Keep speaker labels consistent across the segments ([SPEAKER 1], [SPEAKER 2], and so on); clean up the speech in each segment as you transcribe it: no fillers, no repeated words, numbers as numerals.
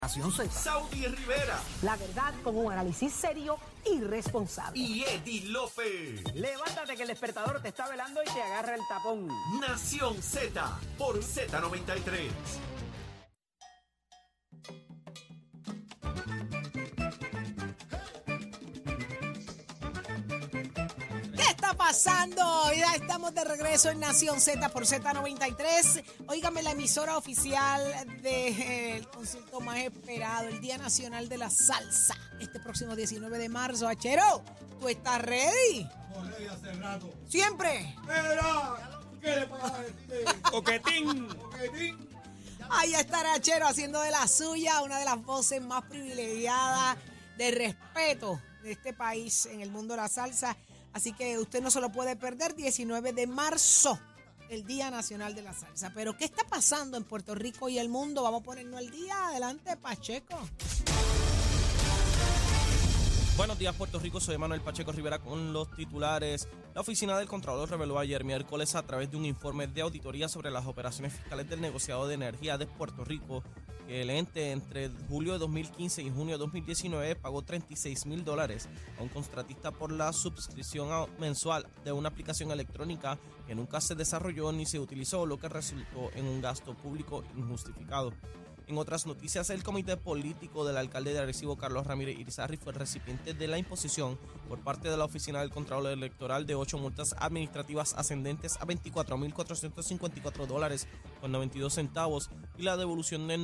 [SPEAKER 1] Nación Z.
[SPEAKER 2] Saudi Rivera.
[SPEAKER 1] La verdad con un análisis serio y responsable.
[SPEAKER 2] Y Eddie López.
[SPEAKER 3] Levántate que el despertador te está velando y te agarra el tapón.
[SPEAKER 2] Nación Z por Z93.
[SPEAKER 4] ¿Qué está pasando? Ya estamos de regreso en Nación Z por Z93. Óigame, la emisora oficial del concierto más esperado, el Día Nacional de la Salsa, este próximo 19 de marzo. Achero, ¿tú estás ready?
[SPEAKER 5] Estamos ready hace rato.
[SPEAKER 4] ¿Siempre?
[SPEAKER 5] Mira, ¿qué le pasa a este?
[SPEAKER 3] ¡Coquetín!
[SPEAKER 5] Coquetín.
[SPEAKER 4] Ahí estará Achero haciendo de la suya una de las voces más privilegiadas de respeto de este país en el mundo de la salsa. Así que usted no se lo puede perder, 19 de marzo, el Día Nacional de la Salsa. Pero, ¿qué está pasando en Puerto Rico y el mundo? Vamos a ponernos al día. Adelante, Pacheco.
[SPEAKER 6] Buenos días, Puerto Rico. Soy Manuel Pacheco Rivera con los titulares. La Oficina del Contralor reveló ayer miércoles a través de un informe de auditoría sobre las operaciones fiscales del negociado de energía de Puerto Rico que el ente entre julio de 2015 y junio de 2019 pagó $36,000 a un contratista por la suscripción mensual de una aplicación electrónica que nunca se desarrolló ni se utilizó, lo que resultó en un gasto público injustificado. En otras noticias, el comité político del alcalde de Arecibo, Carlos Ramírez Irizarry, fue el recipiente de la imposición por parte de la Oficina del Contralor Electoral de 8 multas administrativas ascendentes a $24,454.92 y la devolución de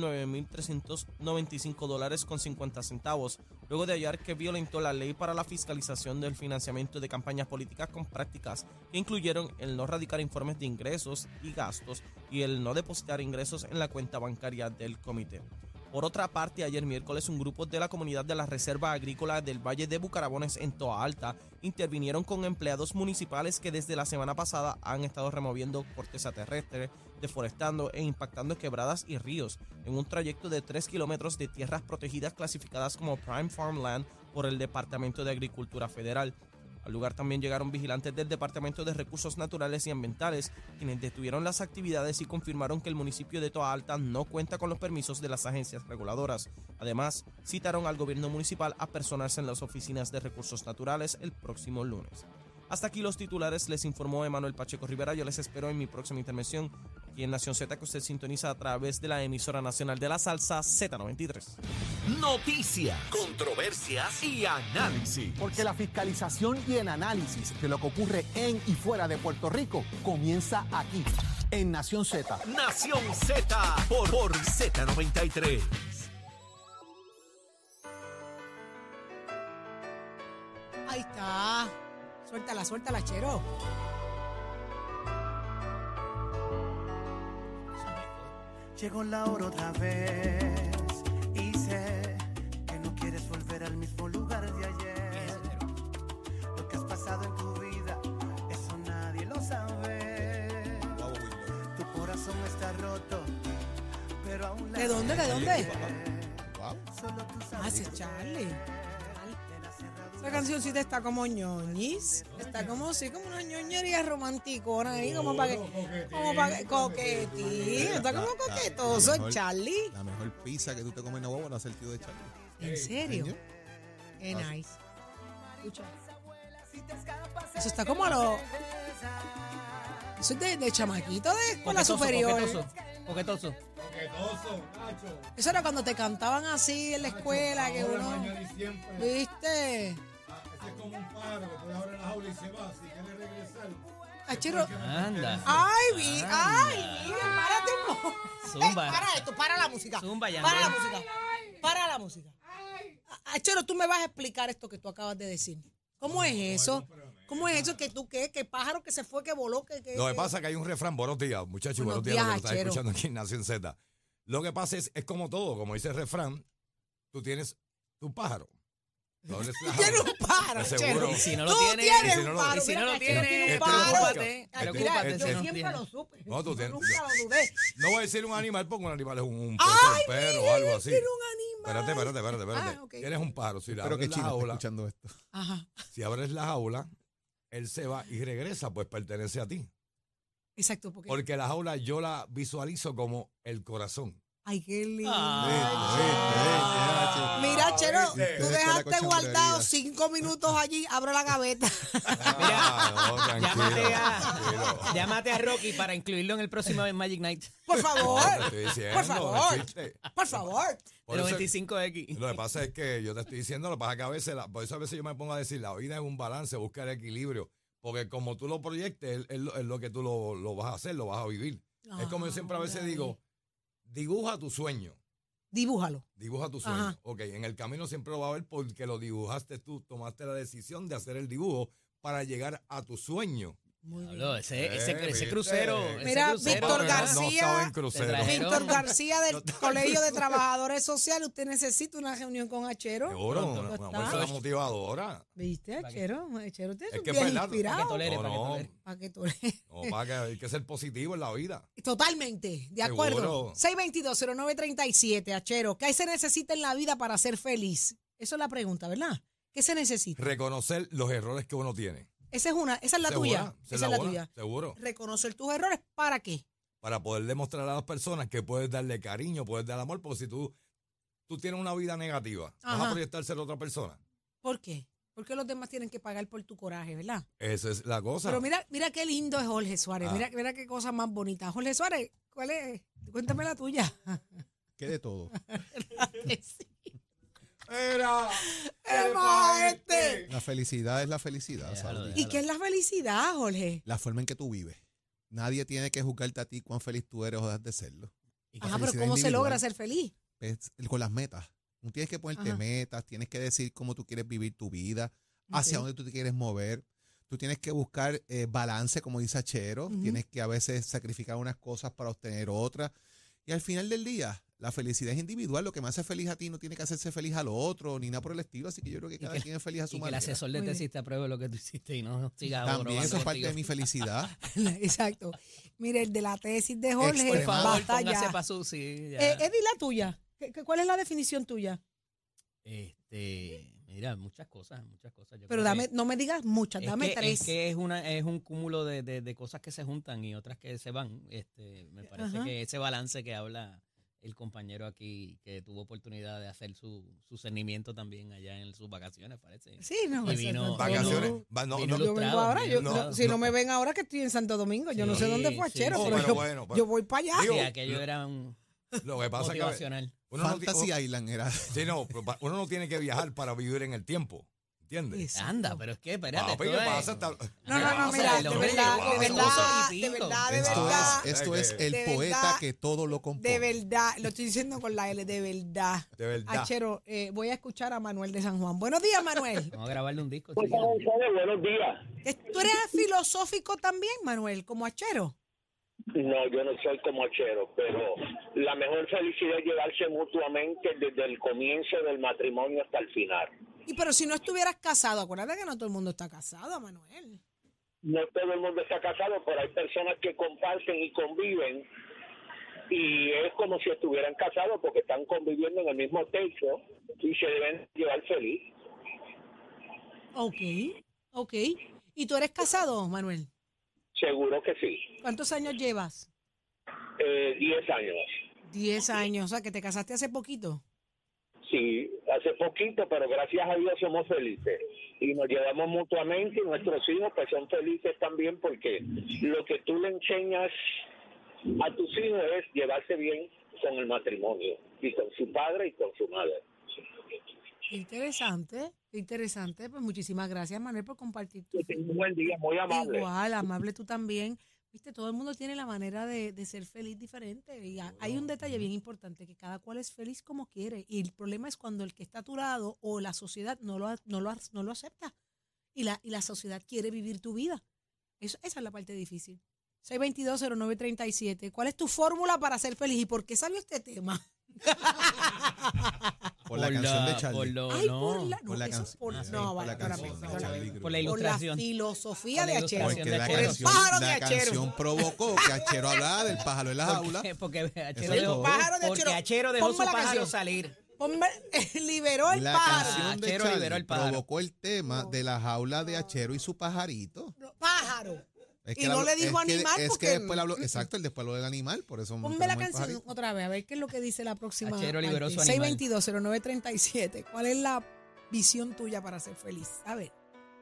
[SPEAKER 6] $9,395.50, luego de hallar que violentó la ley para la fiscalización del financiamiento de campañas políticas con prácticas que incluyeron el no radicar informes de ingresos y gastos y el no depositar ingresos en la cuenta bancaria del comité. Por otra parte, ayer miércoles un grupo de la comunidad de la Reserva Agrícola del Valle de Bucarabones en Toa Alta intervinieron con empleados municipales que desde la semana pasada han estado removiendo corteza terrestre, deforestando e impactando quebradas y ríos en un trayecto de 3 kilómetros de tierras protegidas clasificadas como Prime Farmland por el Departamento de Agricultura Federal. Al lugar también llegaron vigilantes del Departamento de Recursos Naturales y Ambientales, quienes detuvieron las actividades y confirmaron que el municipio de Toa Alta no cuenta con los permisos de las agencias reguladoras. Además, citaron al gobierno municipal a personarse en las oficinas de Recursos Naturales el próximo lunes. Hasta aquí los titulares, les informó Emanuel Pacheco Rivera. Yo les espero en mi próxima intervención aquí en Nación Z, que usted sintoniza a través de la emisora nacional de la salsa Z93.
[SPEAKER 2] Noticias, controversias y análisis.
[SPEAKER 7] Porque la fiscalización y el análisis de lo que ocurre en y fuera de Puerto Rico comienza aquí, en Nación Z.
[SPEAKER 2] Nación Z por Z93.
[SPEAKER 4] Ahí está. Suéltala, Chero.
[SPEAKER 8] Llegó la hora otra vez y sé que no quieres volver al mismo lugar de ayer. Lo que has pasado en tu vida, eso nadie lo sabe. Tu corazón está roto, pero aún la
[SPEAKER 4] ¿De dónde?
[SPEAKER 8] Solo tú sabes.
[SPEAKER 4] Ah, ese es Charlie. Esa cancioncita está como ñoñis. Está como una ñoñería romanticona ahí, como para que coquetín. Está como coquetoso, Charlie.
[SPEAKER 9] La mejor pizza que tú te comes en Nuevo la hace el tío de Charlie.
[SPEAKER 4] ¿En serio? Qué nice. Escucha. Eso está como a lo... Eso es de chamaquito de escuela superior.
[SPEAKER 3] Coquetoso.
[SPEAKER 5] Coquetoso, Nacho.
[SPEAKER 4] Eso era cuando te cantaban así en la escuela, que
[SPEAKER 5] Ahora,
[SPEAKER 4] uno...
[SPEAKER 5] mañana y siempre.
[SPEAKER 4] ¿Viste?
[SPEAKER 5] Ese es como un pájaro que tú dejas en la jaula y se va. Si quiere regresar.
[SPEAKER 4] Achero.
[SPEAKER 3] Anda.
[SPEAKER 4] Ay, párate un poco.
[SPEAKER 3] Zumba.
[SPEAKER 4] Para esto, para la música.
[SPEAKER 3] Zumba, Yandel.
[SPEAKER 4] Para la música. Para la música. Achero, tú me vas a explicar esto que tú acabas de decir. ¿Cómo es eso? ¿Cómo es eso que tú qué? ¿Qué pájaro que se fue, que voló?
[SPEAKER 10] Lo que pasa es que hay un refrán, buenos días, muchachos,
[SPEAKER 4] Buenos
[SPEAKER 10] buenos días, lo que
[SPEAKER 4] días,
[SPEAKER 10] lo estás
[SPEAKER 4] Achero.
[SPEAKER 10] escuchando aquí en Nación Z. Lo que pasa es como todo, como dice el refrán, tú tienes tu pájaro.
[SPEAKER 4] Tú tienes un pájaro,
[SPEAKER 10] seguro.
[SPEAKER 4] Achero.
[SPEAKER 3] Y si no lo
[SPEAKER 4] Tú
[SPEAKER 3] tienes,
[SPEAKER 4] tienes
[SPEAKER 10] y si no
[SPEAKER 4] un
[SPEAKER 10] lo-
[SPEAKER 4] pájaro.
[SPEAKER 3] y si no
[SPEAKER 4] Mira,
[SPEAKER 3] lo
[SPEAKER 4] Achero
[SPEAKER 3] tienes,
[SPEAKER 4] tiene un
[SPEAKER 10] este
[SPEAKER 4] pájaro.
[SPEAKER 3] preocúpate,
[SPEAKER 4] Mira,
[SPEAKER 3] preocúpate,
[SPEAKER 4] yo
[SPEAKER 3] si no
[SPEAKER 4] siempre
[SPEAKER 3] tienes.
[SPEAKER 4] lo supe.
[SPEAKER 10] No, tú
[SPEAKER 4] Yo
[SPEAKER 10] tienes-
[SPEAKER 4] nunca lo dudé.
[SPEAKER 10] No voy a decir un animal porque un animal es un
[SPEAKER 4] ¡Ay,
[SPEAKER 10] perro o
[SPEAKER 4] mira,
[SPEAKER 10] algo
[SPEAKER 4] él
[SPEAKER 10] así.
[SPEAKER 4] tiene un animal!
[SPEAKER 10] Espérate.
[SPEAKER 4] Ah, ok.
[SPEAKER 10] Tienes un pájaro. Si le
[SPEAKER 9] Espero que
[SPEAKER 10] abres la
[SPEAKER 9] China esté
[SPEAKER 10] jaula,
[SPEAKER 9] escuchando esto.
[SPEAKER 4] Ajá.
[SPEAKER 10] si abres la jaula, él se va y regresa, pues pertenece a ti.
[SPEAKER 4] Exacto, porque...
[SPEAKER 10] Porque la jaula yo la visualizo como el corazón.
[SPEAKER 4] Ay, qué lindo.
[SPEAKER 7] Ah,
[SPEAKER 4] Mira, Achero, tú
[SPEAKER 9] Ustedes con la
[SPEAKER 4] dejaste
[SPEAKER 9] cochambrería.
[SPEAKER 4] guardado 5 minutos allí. Abro la gaveta.
[SPEAKER 3] Llámate a Rocky para incluirlo en el próximo Magic Night.
[SPEAKER 4] Por favor.
[SPEAKER 10] Te estoy diciendo,
[SPEAKER 4] Por favor.
[SPEAKER 10] el chiste.
[SPEAKER 4] Por favor.
[SPEAKER 10] Por
[SPEAKER 3] De
[SPEAKER 10] eso-
[SPEAKER 3] 25X.
[SPEAKER 10] Lo que pasa es que yo te estoy diciendo, lo que pasa es que a veces, por eso a veces yo me pongo a decir, la vida es un balance, busca el equilibrio. Porque como tú lo proyectes, es lo que tú lo vas a hacer, lo vas a vivir. Es como yo siempre a veces digo, dibuja tu sueño.
[SPEAKER 4] Dibújalo.
[SPEAKER 10] Dibuja tu sueño.
[SPEAKER 4] Ajá.
[SPEAKER 10] Ok, en el camino siempre lo va a ver porque lo dibujaste tú, tomaste la decisión de hacer el dibujo para llegar a tu sueño.
[SPEAKER 4] Muy bien.
[SPEAKER 3] Pablo, ese
[SPEAKER 10] ¿viste?
[SPEAKER 3] crucero.
[SPEAKER 4] Mira,
[SPEAKER 3] ese crucero,
[SPEAKER 4] Víctor
[SPEAKER 3] ¿verdad?
[SPEAKER 4] García.
[SPEAKER 10] No estaba en crucero.
[SPEAKER 3] Te traje-
[SPEAKER 4] Víctor García del Colegio de Trabajadores Sociales. Usted necesita una reunión con Achero.
[SPEAKER 10] Seguro,
[SPEAKER 4] Pronto
[SPEAKER 10] una
[SPEAKER 4] está.
[SPEAKER 10] persona motivadora.
[SPEAKER 4] ¿Viste, Achero? Achero te
[SPEAKER 10] Es que es
[SPEAKER 4] bien
[SPEAKER 10] verdad.
[SPEAKER 4] inspirado.
[SPEAKER 3] Para que tolere,
[SPEAKER 10] No,
[SPEAKER 3] para que
[SPEAKER 10] no.
[SPEAKER 3] tolere.
[SPEAKER 4] Para que tolere.
[SPEAKER 10] No, para que hay que ser positivo en la vida.
[SPEAKER 4] Totalmente, de acuerdo.
[SPEAKER 10] Seguro.
[SPEAKER 4] 622-0937, Achero. ¿Qué se necesita en la vida para ser feliz? Esa es la pregunta, ¿verdad? ¿Qué se necesita?
[SPEAKER 10] Reconocer los errores que uno tiene.
[SPEAKER 4] Esa es la
[SPEAKER 10] Segura,
[SPEAKER 4] tuya. Esa es la
[SPEAKER 10] buena,
[SPEAKER 4] tuya.
[SPEAKER 10] Seguro.
[SPEAKER 4] Reconocer tus errores, ¿para qué?
[SPEAKER 10] Para poder demostrar a las personas que puedes darle cariño, puedes dar amor, porque si tú tienes una vida negativa, vas
[SPEAKER 4] Ajá.
[SPEAKER 10] a proyectárselo a otra persona.
[SPEAKER 4] ¿Por qué? Porque los demás tienen que pagar por tu coraje, ¿verdad?
[SPEAKER 10] Esa es la cosa.
[SPEAKER 4] Pero mira qué lindo es Jorge Suárez. Mira qué cosa más bonita. Jorge Suárez, ¿cuál es? Cuéntame la tuya.
[SPEAKER 9] ¿Qué de todo?
[SPEAKER 10] Era
[SPEAKER 9] La felicidad es la felicidad,
[SPEAKER 3] Déjalo,
[SPEAKER 9] Saudi.
[SPEAKER 4] ¿Y qué es la felicidad, Jorge?
[SPEAKER 9] La forma en que tú vives. Nadie tiene que juzgarte a ti cuán feliz tú eres o dejas de serlo.
[SPEAKER 3] Y
[SPEAKER 4] Ajá, pero
[SPEAKER 9] felicidad
[SPEAKER 4] ¿cómo se
[SPEAKER 9] individual.
[SPEAKER 4] logra ser feliz?
[SPEAKER 9] Es con las metas. Tú tienes que ponerte
[SPEAKER 4] Ajá.
[SPEAKER 9] metas, tienes que decir cómo tú quieres vivir tu vida, hacia
[SPEAKER 4] Ok.
[SPEAKER 9] dónde tú te quieres mover. Tú tienes que buscar balance, como dice Achero.
[SPEAKER 4] Ujú.
[SPEAKER 9] Tienes que a veces sacrificar unas cosas para obtener otras. Y al final del día, la felicidad es individual. Lo que me hace feliz a ti no tiene que hacerse feliz a lo otro, ni nada por el estilo. Así que yo creo que cada quien es feliz a su
[SPEAKER 3] Y que el
[SPEAKER 9] manera.
[SPEAKER 3] asesor de
[SPEAKER 4] Muy
[SPEAKER 3] tesis te apruebe lo que tú hiciste y no siga
[SPEAKER 9] También eso es parte
[SPEAKER 3] contigo.
[SPEAKER 9] de mi felicidad.
[SPEAKER 4] Exacto. Mire, el de la tesis de Jorge,
[SPEAKER 3] Por favor,
[SPEAKER 4] basta
[SPEAKER 3] póngase
[SPEAKER 4] ya.
[SPEAKER 3] para su sí, ya.
[SPEAKER 4] Eddie, la tuya. ¿Cuál es la definición tuya?
[SPEAKER 3] Mira, muchas cosas. Yo
[SPEAKER 4] Pero
[SPEAKER 3] creo que-
[SPEAKER 4] no me digas muchas,
[SPEAKER 3] es
[SPEAKER 4] dame
[SPEAKER 3] que,
[SPEAKER 4] tres.
[SPEAKER 3] Es que es un cúmulo de cosas que se juntan y otras que se van. Me parece
[SPEAKER 4] Ajá.
[SPEAKER 3] que ese balance que habla el compañero aquí, que tuvo oportunidad de hacer su cernimiento también allá en sus vacaciones, parece.
[SPEAKER 4] Sí, no.
[SPEAKER 3] Y
[SPEAKER 4] eso
[SPEAKER 3] vino-
[SPEAKER 4] no-
[SPEAKER 10] Vacaciones.
[SPEAKER 4] no.
[SPEAKER 10] Va- no,
[SPEAKER 3] Vino
[SPEAKER 10] no,
[SPEAKER 4] Yo vengo
[SPEAKER 3] Ilustrado,
[SPEAKER 4] ahora,
[SPEAKER 3] bien
[SPEAKER 4] yo,
[SPEAKER 3] ilustrado.
[SPEAKER 4] si no me ven ahora que estoy en Santo Domingo, yo no sé
[SPEAKER 3] Sí,
[SPEAKER 4] dónde fue
[SPEAKER 3] sí,
[SPEAKER 4] Achero,
[SPEAKER 3] sí.
[SPEAKER 4] pero
[SPEAKER 10] Pero
[SPEAKER 4] yo,
[SPEAKER 10] bueno, pues,
[SPEAKER 4] yo voy para allá.
[SPEAKER 10] digo,
[SPEAKER 3] Sí, aquello era un
[SPEAKER 10] lo que pasa es que
[SPEAKER 3] motivacional.
[SPEAKER 10] uno no,
[SPEAKER 9] Fantasy Island era.
[SPEAKER 10] sí, no, pero uno no tiene que viajar para vivir en el tiempo. ¿Entiendes?
[SPEAKER 4] Exacto.
[SPEAKER 3] Anda, pero es que, espérate.
[SPEAKER 10] Papi,
[SPEAKER 3] esto
[SPEAKER 10] ¿qué
[SPEAKER 3] es-
[SPEAKER 10] pasa?
[SPEAKER 4] No,
[SPEAKER 3] ¿Qué
[SPEAKER 4] mira,
[SPEAKER 3] pasa? El
[SPEAKER 4] de
[SPEAKER 3] hombre
[SPEAKER 4] verdad,
[SPEAKER 3] llegó
[SPEAKER 4] de
[SPEAKER 3] a
[SPEAKER 4] verdad,
[SPEAKER 3] oso y
[SPEAKER 4] de
[SPEAKER 3] pico.
[SPEAKER 4] verdad, de
[SPEAKER 9] Esto
[SPEAKER 4] verdad,
[SPEAKER 9] esto es el
[SPEAKER 4] de
[SPEAKER 9] poeta
[SPEAKER 4] verdad,
[SPEAKER 9] que todo lo compone.
[SPEAKER 4] de verdad, lo estoy diciendo con la L, de verdad.
[SPEAKER 10] De verdad.
[SPEAKER 4] Achero, voy a escuchar a Manuel de San Juan. Buenos días, Manuel.
[SPEAKER 3] Vamos a grabarle un disco.
[SPEAKER 11] Pues,
[SPEAKER 3] chico.
[SPEAKER 11] buenos días.
[SPEAKER 4] ¿Tú eres filosófico también, Manuel, como Achero?
[SPEAKER 11] No, yo no soy como Achero, pero la mejor felicidad es llevarse mutuamente desde el comienzo del matrimonio hasta el final.
[SPEAKER 4] Y pero si no estuvieras casado, acuérdate que no todo el mundo está casado, Manuel.
[SPEAKER 11] No todo el mundo está casado, pero hay personas que comparten y conviven y es como si estuvieran casados porque están conviviendo en el mismo techo y se deben llevar feliz.
[SPEAKER 4] Ok. ¿Y tú eres casado, Manuel?
[SPEAKER 11] Seguro que sí.
[SPEAKER 4] ¿Cuántos años llevas?
[SPEAKER 11] 10 años.
[SPEAKER 4] 10 años, o sea, que te casaste hace poquito.
[SPEAKER 11] Sí, hace poquito, pero gracias a Dios somos felices y nos llevamos mutuamente y nuestros hijos pues son felices también porque lo que tú le enseñas a tus hijos es llevarse bien con el matrimonio y con su padre y con su madre.
[SPEAKER 4] Interesante. Pues muchísimas gracias, Manuel, por compartir tu
[SPEAKER 11] Un buen día, muy amable.
[SPEAKER 4] Igual, amable tú también. Viste, todo el mundo tiene la manera de ser feliz diferente. Y hay un detalle bien importante, que cada cual es feliz como quiere. Y el problema es cuando el que está a tu lado o la sociedad no lo acepta. Y la sociedad quiere vivir tu vida. Esa es la parte difícil. 6220937. ¿Cuál es tu fórmula para ser feliz? ¿Y por qué salió este tema?
[SPEAKER 9] Por la canción de Charlie.
[SPEAKER 4] Por la
[SPEAKER 3] ilustración.
[SPEAKER 4] filosofía
[SPEAKER 3] Por la
[SPEAKER 4] de Achero.
[SPEAKER 3] ilustración
[SPEAKER 9] Porque
[SPEAKER 3] de
[SPEAKER 9] la
[SPEAKER 3] Achero.
[SPEAKER 9] canción,
[SPEAKER 4] pájaro de
[SPEAKER 9] la
[SPEAKER 4] Achero.
[SPEAKER 9] canción provocó que Achero hablara del pájaro en la jaula.
[SPEAKER 3] Porque Achero
[SPEAKER 9] Eso
[SPEAKER 3] dejó,
[SPEAKER 9] es todo.
[SPEAKER 4] Pájaro de
[SPEAKER 3] porque
[SPEAKER 4] Achero.
[SPEAKER 3] Achero dejó su
[SPEAKER 4] Ponme la
[SPEAKER 3] pájaro
[SPEAKER 4] canción.
[SPEAKER 3] salir.
[SPEAKER 4] Liberó el
[SPEAKER 9] La
[SPEAKER 4] pájaro.
[SPEAKER 9] canción de
[SPEAKER 3] Achero liberó
[SPEAKER 9] Charlie
[SPEAKER 3] el pájaro.
[SPEAKER 9] provocó el tema de la jaula de Achero y su pajarito.
[SPEAKER 4] Pájaro.
[SPEAKER 9] Es
[SPEAKER 4] Y no le dijo animal
[SPEAKER 9] es
[SPEAKER 4] porque-
[SPEAKER 9] que después le habló, exacto, él después habló del animal, por eso
[SPEAKER 4] Ponme la
[SPEAKER 9] tenemos el
[SPEAKER 4] canción
[SPEAKER 9] pajarito.
[SPEAKER 4] otra vez, a ver qué es lo que dice la próxima.
[SPEAKER 3] Achero liberó
[SPEAKER 4] parte.
[SPEAKER 3] su animal.
[SPEAKER 4] 622-0937. ¿Cuál es la visión tuya para ser feliz? A ver.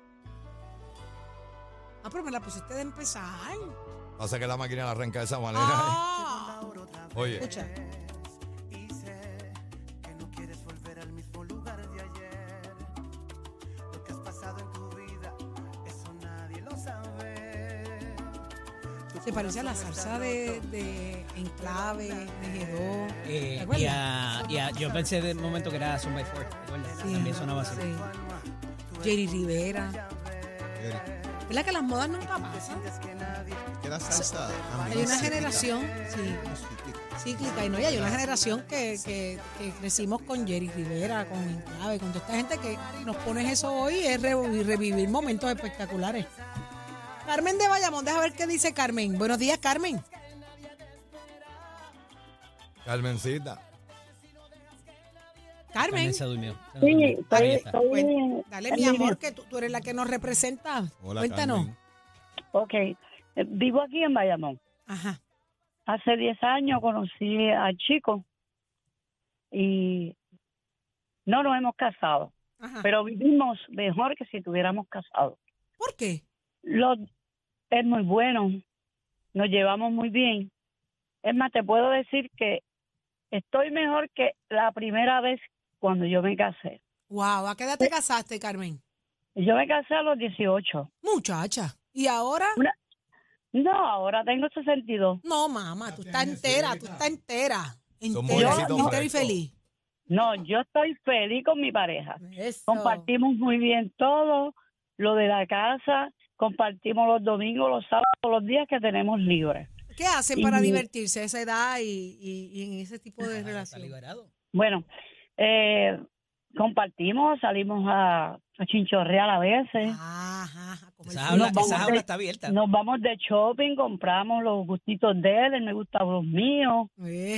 [SPEAKER 4] Ah, pero me la pusiste de empezar.
[SPEAKER 10] Pasa que la máquina la arranca de esa manera.
[SPEAKER 4] Ah,
[SPEAKER 10] Oye,
[SPEAKER 4] escucha.
[SPEAKER 8] Y sé que no quieres volver al mismo lugar de ayer. Lo que has pasado en tu vida, eso nadie lo sabe.
[SPEAKER 4] Se parece a la salsa de Enclave, de Gedó. ¿te acuerdas?
[SPEAKER 3] Yo pensé de un momento que era Zumba y Ford, ¿te acuerdas?
[SPEAKER 4] Sí,
[SPEAKER 3] También sonaba así.
[SPEAKER 4] sí. Jerry Rivera. ¿Verdad que las modas nunca pasan?
[SPEAKER 9] Que la salsa
[SPEAKER 4] Hay una generación, sí, cíclica, y no, y hay una generación que crecimos con Jerry Rivera, con Enclave, con toda esta gente que nos pones eso hoy, es revivir momentos espectaculares. Carmen de Bayamón, deja ver qué dice Carmen. Buenos días, Carmen.
[SPEAKER 10] Carmencita.
[SPEAKER 4] Carmen,
[SPEAKER 3] Carmen se durmió. Se nos
[SPEAKER 12] Sí,
[SPEAKER 3] durmió. Ahí está.
[SPEAKER 4] dale mi amor, que tú eres la que nos representa.
[SPEAKER 9] Hola,
[SPEAKER 4] Cuéntanos.
[SPEAKER 9] Carmen.
[SPEAKER 12] Ok, vivo aquí en Bayamón.
[SPEAKER 4] Ajá.
[SPEAKER 12] Hace 10 años conocí al chico y no nos hemos casado,
[SPEAKER 4] Ajá.
[SPEAKER 12] pero vivimos mejor que si tuviéramos casado.
[SPEAKER 4] ¿Por qué?
[SPEAKER 12] Es muy bueno, nos llevamos muy bien. Es más, te puedo decir que estoy mejor que la primera vez cuando yo me casé.
[SPEAKER 4] Wow, ¿a qué edad te casaste, Carmen?
[SPEAKER 12] Yo me casé a los 18.
[SPEAKER 4] Muchacha. ¿Y ahora?
[SPEAKER 12] No, ahora tengo 62.
[SPEAKER 4] No, mamá, tú estás entera, tú estás entera.
[SPEAKER 10] Son
[SPEAKER 4] Entera,
[SPEAKER 10] bolecitos
[SPEAKER 4] entera y
[SPEAKER 10] frescos.
[SPEAKER 4] feliz.
[SPEAKER 12] No, yo estoy feliz con mi pareja.
[SPEAKER 4] Eso.
[SPEAKER 12] Compartimos muy bien todo, lo de la casa, compartimos los domingos, los sábados, los días que tenemos libres.
[SPEAKER 4] ¿Qué hacen para
[SPEAKER 12] Y-
[SPEAKER 4] divertirse a esa edad y en ese tipo de
[SPEAKER 3] Está
[SPEAKER 4] relación?
[SPEAKER 3] liberado.
[SPEAKER 12] Bueno, compartimos, salimos a chinchorrear a veces,
[SPEAKER 4] Ajá, como el
[SPEAKER 3] Esa
[SPEAKER 4] fútbol.
[SPEAKER 3] jaula, esa jaula está abierta.
[SPEAKER 12] nos vamos de shopping, compramos los gustitos de él me gustan los míos,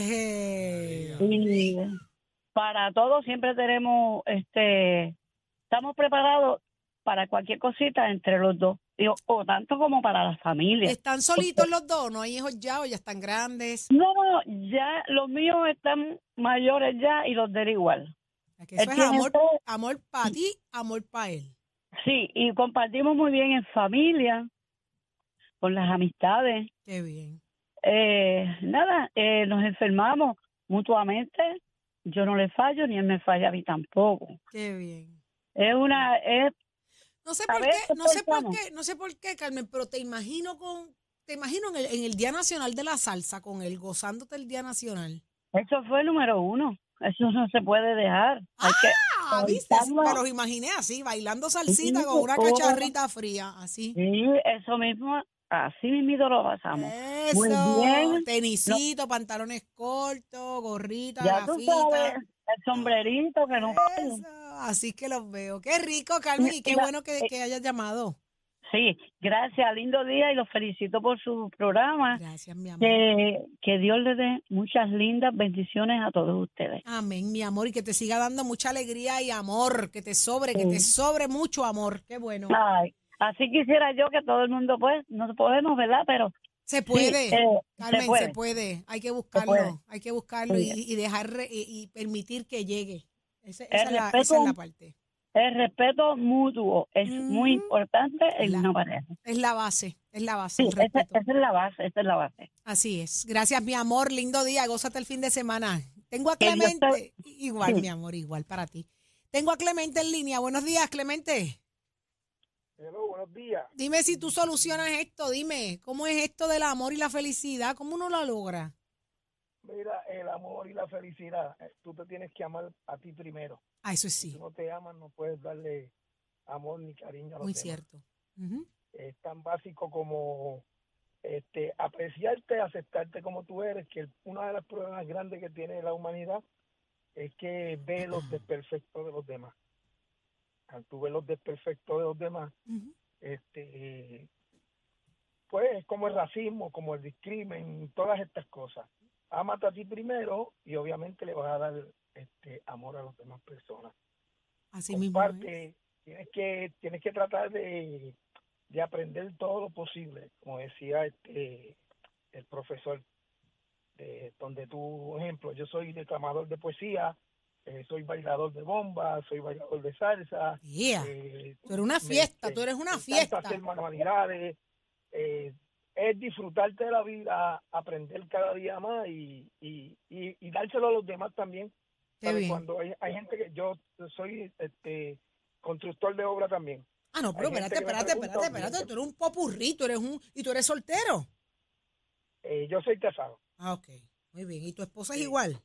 [SPEAKER 12] y para todo siempre tenemos, estamos preparados para cualquier cosita entre los dos, o tanto como para la familia.
[SPEAKER 4] ¿Están solitos los dos? ¿No hay hijos ya o ya están grandes?
[SPEAKER 12] No, ya los míos están mayores ya y los de él igual.
[SPEAKER 4] Que
[SPEAKER 12] Él
[SPEAKER 4] eso es
[SPEAKER 12] tiene
[SPEAKER 4] amor,
[SPEAKER 12] todo.
[SPEAKER 4] amor para ti, amor para él.
[SPEAKER 12] Sí, y compartimos muy bien en familia, con las amistades.
[SPEAKER 4] Qué bien.
[SPEAKER 12] Nos enfermamos mutuamente. Yo no le fallo, ni él me falla a mí tampoco.
[SPEAKER 4] Qué bien. No sé
[SPEAKER 12] A
[SPEAKER 4] por
[SPEAKER 12] ver,
[SPEAKER 4] qué, no sé por
[SPEAKER 12] pensamos.
[SPEAKER 4] qué, no sé por qué, Carmen, pero te imagino en el Día Nacional de la Salsa con él, gozándote el Día Nacional.
[SPEAKER 12] Eso fue el número uno. Eso no se puede dejar. Hay que
[SPEAKER 4] Ah, ¿viste?
[SPEAKER 12] evitarlo.
[SPEAKER 4] Me los imaginé así, bailando salsita
[SPEAKER 12] Sí,
[SPEAKER 4] con una
[SPEAKER 12] oh.
[SPEAKER 4] cacharrita fría, así.
[SPEAKER 12] Sí, eso mismo, así mismo lo pasamos.
[SPEAKER 4] Eso,
[SPEAKER 12] Muy bien.
[SPEAKER 4] tenisito, pantalones cortos, gorrita,
[SPEAKER 12] Ya tú
[SPEAKER 4] gafita.
[SPEAKER 12] sabes, el sombrerito que no falla.
[SPEAKER 4] Eso, así que los veo. Qué rico, Carmen, y qué
[SPEAKER 12] Mira,
[SPEAKER 4] bueno que hayas llamado.
[SPEAKER 12] Sí, gracias, lindo día y los felicito por su programa.
[SPEAKER 4] Gracias, mi amor.
[SPEAKER 12] Que Dios le dé muchas lindas bendiciones a todos ustedes.
[SPEAKER 4] Amén, mi amor, y que te siga dando mucha alegría y amor, que te sobre mucho amor. Qué bueno.
[SPEAKER 12] Ay, así quisiera yo que todo el mundo, pues, no podemos, ¿verdad? Pero
[SPEAKER 4] Se puede,
[SPEAKER 12] sí,
[SPEAKER 4] Carmen,
[SPEAKER 12] se puede.
[SPEAKER 4] se puede. Hay que
[SPEAKER 12] puede.
[SPEAKER 4] buscarlo
[SPEAKER 12] Sí.
[SPEAKER 4] y dejar y permitir que llegue. Esa
[SPEAKER 12] El
[SPEAKER 4] es la
[SPEAKER 12] respeto-
[SPEAKER 4] parte.
[SPEAKER 12] El respeto mutuo es muy
[SPEAKER 4] Ujú.
[SPEAKER 12] importante en
[SPEAKER 4] La-
[SPEAKER 12] una pareja.
[SPEAKER 4] Es la base,
[SPEAKER 12] Sí,
[SPEAKER 4] el
[SPEAKER 12] esa
[SPEAKER 4] respeto.
[SPEAKER 12] es la base, esa es la base.
[SPEAKER 4] Así es. Gracias, mi amor. Lindo día. Gózate el fin de semana. Tengo a
[SPEAKER 12] Que Dios
[SPEAKER 4] Clemente. Igual,
[SPEAKER 12] Sí.
[SPEAKER 4] mi amor, igual para ti. Tengo a Clemente en línea. Buenos días, Clemente.
[SPEAKER 13] Hello, buenos días.
[SPEAKER 4] Dime si tú solucionas esto. Dime, ¿cómo es esto del amor y la felicidad? ¿Cómo uno lo logra?
[SPEAKER 13] Mira, el amor y la felicidad, tú te tienes que amar a ti primero.
[SPEAKER 4] Ah, eso
[SPEAKER 13] Si
[SPEAKER 4] sí.
[SPEAKER 13] tú no te amas, no puedes darle amor ni cariño a los
[SPEAKER 4] Muy
[SPEAKER 13] demás.
[SPEAKER 4] cierto. Ujú.
[SPEAKER 13] Es tan básico como apreciarte, aceptarte como tú eres, que uno de los problemas grandes que tiene la humanidad es que ve los desperfectos de los demás. Al tú ver los desperfectos de los demás,
[SPEAKER 4] Ujú.
[SPEAKER 13] pues es como el racismo, como el discrimen, todas estas cosas. Ámate a ti primero y obviamente le vas a dar amor a las demás personas.
[SPEAKER 4] Así mismo es.
[SPEAKER 13] Comparte, tienes que tratar de de aprender todo lo posible, como decía el profesor, donde tú, ejemplo, yo soy declamador de poesía, soy bailador de bomba, soy bailador de salsa.
[SPEAKER 4] Yeah. Tú eres una fiesta, tú eres una fiesta.
[SPEAKER 13] Hacer manualidades, es disfrutarte de la vida, aprender cada día más y dárselo a los demás también. Cuando hay gente que yo soy constructor de obra también.
[SPEAKER 4] Ah, no, pero espérate, tú eres un popurrí, tú eres soltero.
[SPEAKER 13] Yo soy casado.
[SPEAKER 4] Ah, ok, muy bien. ¿Y tu esposa es igual?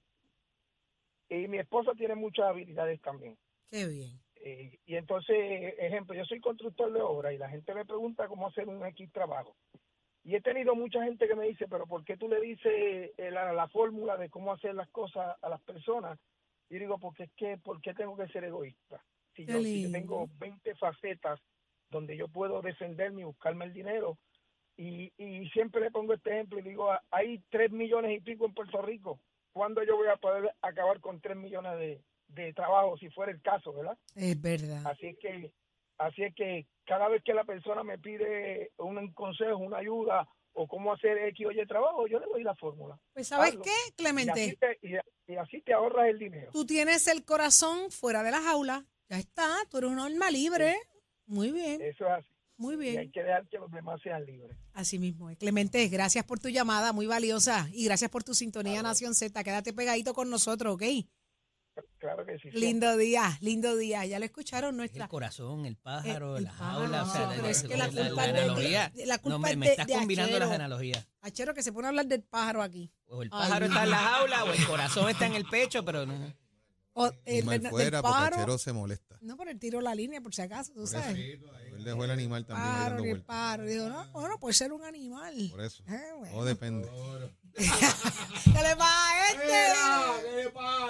[SPEAKER 13] Y mi esposa tiene muchas habilidades también.
[SPEAKER 4] Qué bien.
[SPEAKER 13] Y entonces, ejemplo, yo soy constructor de obra y la gente me pregunta cómo hacer un X trabajo. Y he tenido mucha gente que me dice, pero ¿por qué tú le dices la fórmula de cómo hacer las cosas a las personas? Y digo, porque es que, ¿por qué tengo que ser egoísta? Si yo tengo 20 facetas donde yo puedo defenderme y buscarme el dinero, y siempre le pongo este ejemplo y digo, hay 3 millones y pico en Puerto Rico. ¿Cuándo yo voy a poder acabar con 3 millones de trabajos, si fuera el caso, verdad?
[SPEAKER 4] Es verdad.
[SPEAKER 13] Así es que cada vez que la persona me pide un consejo, una ayuda o cómo hacer X o Y trabajo, yo le doy la fórmula.
[SPEAKER 4] Pues ¿sabes qué, Clemente?
[SPEAKER 13] Y así te ahorras el dinero.
[SPEAKER 4] Tú tienes el corazón fuera de la jaula. Ya está, tú eres un alma libre. Muy bien.
[SPEAKER 13] Eso es así.
[SPEAKER 4] Muy bien.
[SPEAKER 13] Y hay que dejar que los demás sean libres.
[SPEAKER 4] Así mismo es. Clemente, gracias por tu llamada, muy valiosa. Y gracias por tu sintonía, Nación Z. Quédate pegadito con nosotros, ¿ok?
[SPEAKER 13] Claro que sí.
[SPEAKER 4] Lindo día. Ya lo escucharon nuestra.
[SPEAKER 3] El corazón, el pájaro, la jaula. O sea,
[SPEAKER 4] pero es que la
[SPEAKER 3] analogía.
[SPEAKER 4] Me
[SPEAKER 3] estás combinando las analogías.
[SPEAKER 4] Achero, que se pone a hablar del pájaro aquí.
[SPEAKER 3] O el pájaro está en la jaula o el corazón está en el pecho, pero no.
[SPEAKER 9] O mal fuera, porque Achero se molesta.
[SPEAKER 4] No, pero él tiró la línea por si acaso, tú sabes.
[SPEAKER 9] Él dejó el animal también dando vueltas.
[SPEAKER 4] Pájaro. Digo, no, bueno, puede ser un animal.
[SPEAKER 9] Por eso.
[SPEAKER 4] Bueno.
[SPEAKER 9] Todo depende.
[SPEAKER 4] ¿Qué le pasa a este?
[SPEAKER 5] ¿Qué le pasa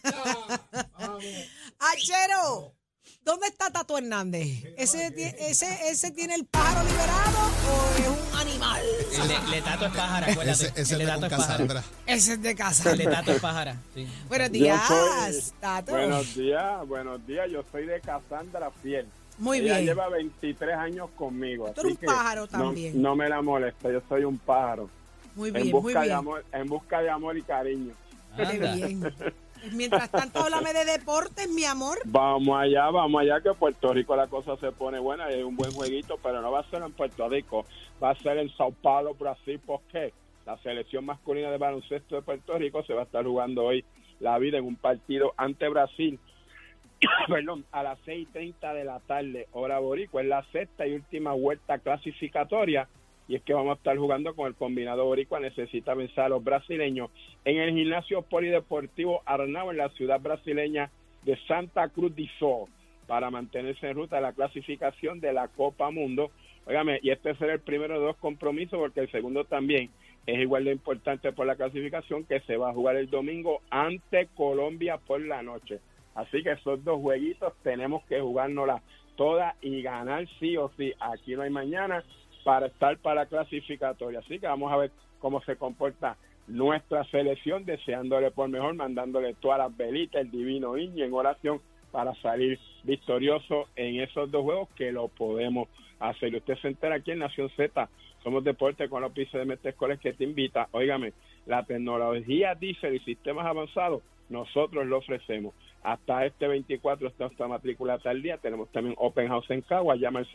[SPEAKER 5] a este?
[SPEAKER 4] Achero, ¿dónde está Tato Hernández? ¿Ese tiene el pájaro liberado o es un animal?
[SPEAKER 3] El Tato es pájara, acuérdate.
[SPEAKER 9] Ese es de Cassandra.
[SPEAKER 4] Ese es de Cassandra.
[SPEAKER 3] El Tato es pájara. Sí.
[SPEAKER 4] Buenos días, Tato.
[SPEAKER 14] Buenos días. Yo soy de Cassandra fiel.
[SPEAKER 4] Muy
[SPEAKER 14] Ella
[SPEAKER 4] bien.
[SPEAKER 14] lleva 23 años conmigo.
[SPEAKER 4] Tú eres un pájaro también.
[SPEAKER 14] No me la molesta, yo soy un pájaro.
[SPEAKER 4] Muy bien,
[SPEAKER 14] En busca de amor y cariño.
[SPEAKER 4] Qué bien. Mientras tanto, háblame de deportes, mi amor.
[SPEAKER 14] Vamos allá, que Puerto Rico la cosa se pone buena y hay un buen jueguito, pero no va a ser en Puerto Rico, va a ser en Sao Paulo, Brasil, porque la selección masculina de baloncesto de Puerto Rico se va a estar jugando hoy la vida en un partido ante Brasil, perdón, a las 6:30 de la tarde, hora boricua, es la sexta y última vuelta clasificatoria. Y es que vamos a estar jugando con el combinado boricua, necesita vencer a los brasileños en el gimnasio polideportivo Arnau en la ciudad brasileña de Santa Cruz do Sul para mantenerse en ruta de la clasificación de la Copa Mundo. Óigame, y este será el primero de 2 compromisos porque el segundo también es igual de importante por la clasificación, que se va a jugar el domingo ante Colombia por la noche. Así que esos 2 jueguitos tenemos que jugárnoslas todas y ganar sí o sí. Aquí no hay mañana para estar para la clasificatoria. Así que vamos a ver cómo se comporta nuestra selección, deseándole por mejor, mandándole todas las velitas, el divino niño en oración para salir victorioso en esos 2 juegos, que lo podemos hacer. Usted se entera aquí en Nación Z, somos deporte con los pisos de Metescoles, que te invita. Óigame, la tecnología diesel y sistemas avanzados, nosotros lo ofrecemos. Hasta este 24 está nuestra matrícula tal día. Tenemos también Open House en Cagua. Llama al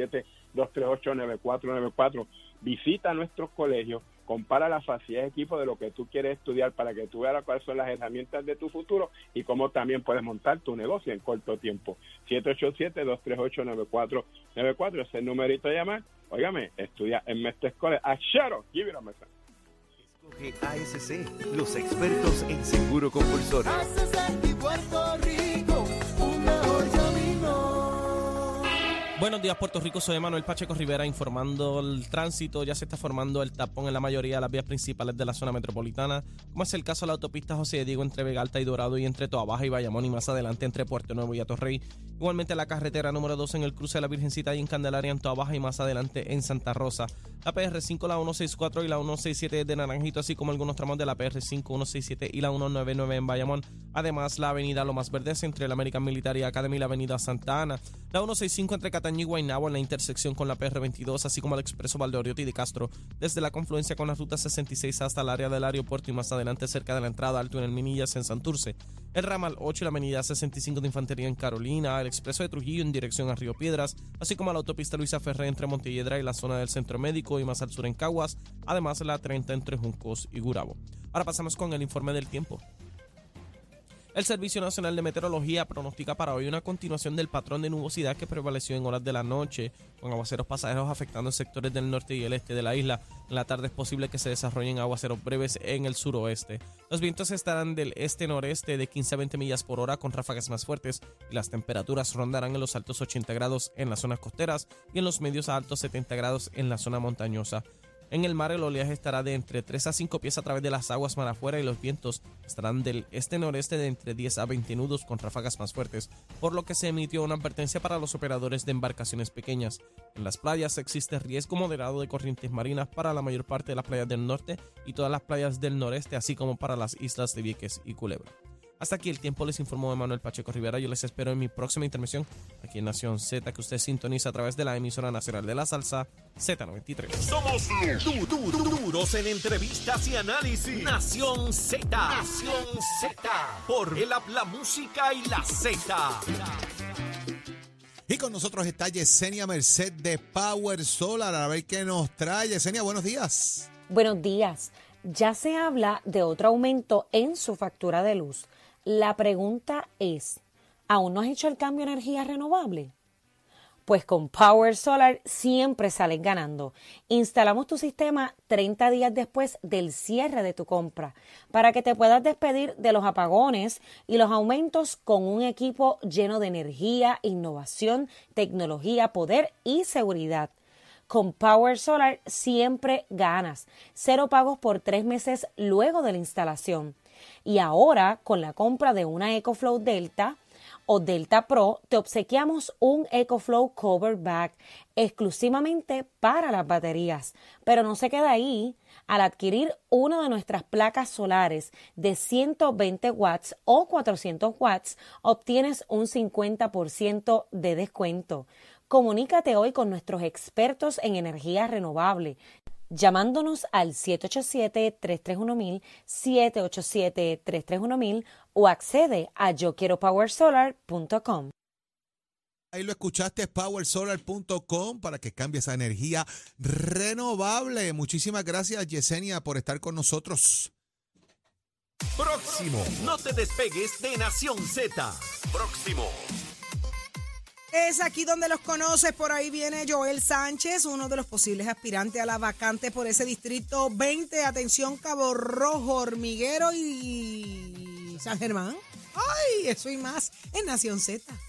[SPEAKER 14] 787-238-9494. Visita nuestros colegios, compara la facilidad de equipo de lo que tú quieres estudiar para que tú veas cuáles son las herramientas de tu futuro y cómo también puedes montar tu negocio en corto tiempo. 787-238-9494 es el numerito de llamar. Óigame, estudia en Mestre College. Achero, give it a message.
[SPEAKER 2] ASC, los expertos en seguro compulsorio.
[SPEAKER 6] Buenos días, Puerto Rico. Soy Manuel Pacheco Rivera informando el tránsito. Ya se está formando el tapón en la mayoría de las vías principales de la zona metropolitana, como es el caso de la autopista José de Diego entre Vega Alta y Dorado y entre Toabaja y Bayamón, y más adelante entre Puerto Nuevo y Atorrey. Igualmente la carretera número 2 en el cruce de la Virgencita y en Candelaria en Toabaja y más adelante en Santa Rosa. La PR5, la 164 y la 167 de Naranjito, así como algunos tramos de la PR5, 167 y la 199 en Bayamón. Además, la avenida Lomas Verdes entre la American Military Academy y la avenida Santa Ana. La 165 entre Cataño Cataño y Guaynabo en la intersección con la PR22, así como el expreso Valdoriotti de Castro, desde la confluencia con la ruta 66 hasta el área del aeropuerto y más adelante cerca de la entrada al túnel Minillas en Santurce, el ramal 8 y la avenida 65 de Infantería en Carolina, el expreso de Trujillo en dirección a Río Piedras, así como la autopista Luisa Ferré entre Montelledra y la zona del Centro Médico y más al sur en Caguas, además la 30 entre Juncos y Gurabo. Ahora pasamos con el informe del tiempo. El Servicio Nacional de Meteorología pronostica para hoy una continuación del patrón de nubosidad que prevaleció en horas de la noche, con aguaceros pasajeros afectando sectores del norte y el este de la isla. En la tarde es posible que se desarrollen aguaceros breves en el suroeste. Los vientos estarán del este-noreste de 15 a 20 millas por hora con ráfagas más fuertes y las temperaturas rondarán en los altos 80 grados en las zonas costeras y en los medios a altos 70 grados en la zona montañosa. En el mar el oleaje estará de entre 3 a 5 pies a través de las aguas mar afuera y los vientos estarán del este-noreste de entre 10 a 20 nudos con ráfagas más fuertes, por lo que se emitió una advertencia para los operadores de embarcaciones pequeñas. En las playas existe riesgo moderado de corrientes marinas para la mayor parte de las playas del norte y todas las playas del noreste, así como para las islas de Vieques y Culebra. Hasta aquí el tiempo, les informó Emanuel Pacheco Rivera. Yo les espero en mi próxima intervención aquí en Nación Z, que usted sintoniza a través de la emisora nacional de la salsa Z93.
[SPEAKER 2] Somos duros en entrevistas y análisis. Nación Z. Nación Z. Por el app, la música y la Z.
[SPEAKER 9] Y con nosotros está Yesenia Merced de Power Solar. A ver qué nos trae. Yesenia, buenos días.
[SPEAKER 15] Buenos días. Ya se habla de otro aumento en su factura de luz. La pregunta es, ¿aún no has hecho el cambio a energía renovable? Pues con Power Solar siempre sales ganando. Instalamos tu sistema 30 días después del cierre de tu compra para que te puedas despedir de los apagones y los aumentos con un equipo lleno de energía, innovación, tecnología, poder y seguridad. Con Power Solar siempre ganas. 0 pagos por 3 meses luego de la instalación. Y ahora, con la compra de una EcoFlow Delta o Delta Pro, te obsequiamos un EcoFlow Cover Bag exclusivamente para las baterías. Pero no se queda ahí. Al adquirir una de nuestras placas solares de 120 watts o 400 watts, obtienes un 50% de descuento. Comunícate hoy con nuestros expertos en energía renovable, llamándonos al 787-331-1000, 787-331-1000 o accede a yoquieropowersolar.com.
[SPEAKER 9] Ahí lo escuchaste, powersolar.com, para que cambie esa energía renovable. Muchísimas gracias, Yesenia, por estar con nosotros.
[SPEAKER 2] Próximo. No te despegues de Nación Z. Próximo.
[SPEAKER 4] Es aquí donde los conoces, por ahí viene Joel Sánchez, uno de los posibles aspirantes a la vacante por ese distrito 20. Atención, Cabo Rojo, Hormiguero y San Germán. ¡Ay! Eso y más en Nación Z.